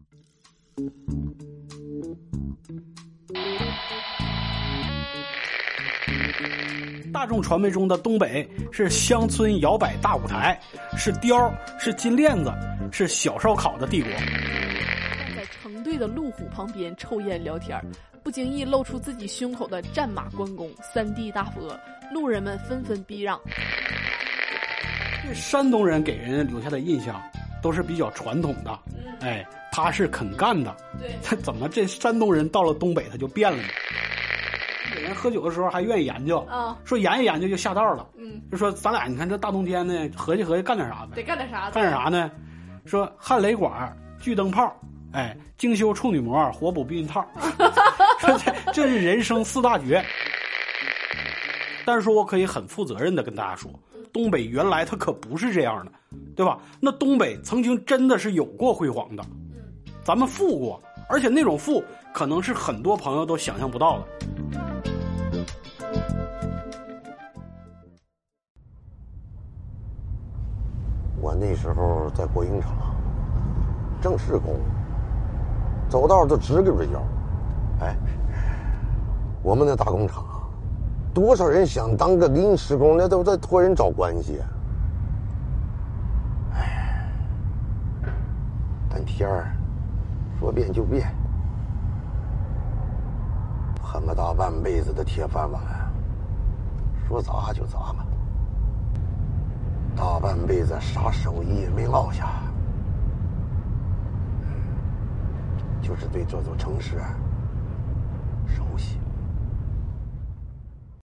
大众传媒中的东北是乡村摇摆大舞台，是貂，是金链子，是小烧烤的帝国。 站在成对的路虎旁边抽烟聊天，不经意露出自己胸口的战马关公、3D 大佛，路人们纷纷逼让。 这山东人给人留下的印象都是比较传统的，哎，他是肯干的。 对， 他怎么这山东人到了东北他就变了呢？给人喝酒的时候还愿意研究啊，说研究研究就下道了。就说咱俩你看这大冬天的，合计合计干点啥呗？ 得干点啥？ 干点啥呢？说焊雷管、锯灯泡，哎，精修处女膜、活补避孕套。说这是人生4大绝。但是说我可以很负责任的跟大家说，东北原来它可不是这样的，对吧？那东北曾经真的是有过辉煌的，咱们富过，而且那种富可能是很多朋友都想象不到的。 我那时候在国营厂，正式工，走道都直给着腰。哎，我们那大工厂，多少人想当个临时工，那都在托人找关系。哎，但天儿说变就变，恨个大半辈子的铁饭碗，说砸就砸吧。大半辈子啥手艺也没落下，就是对这座城市熟悉。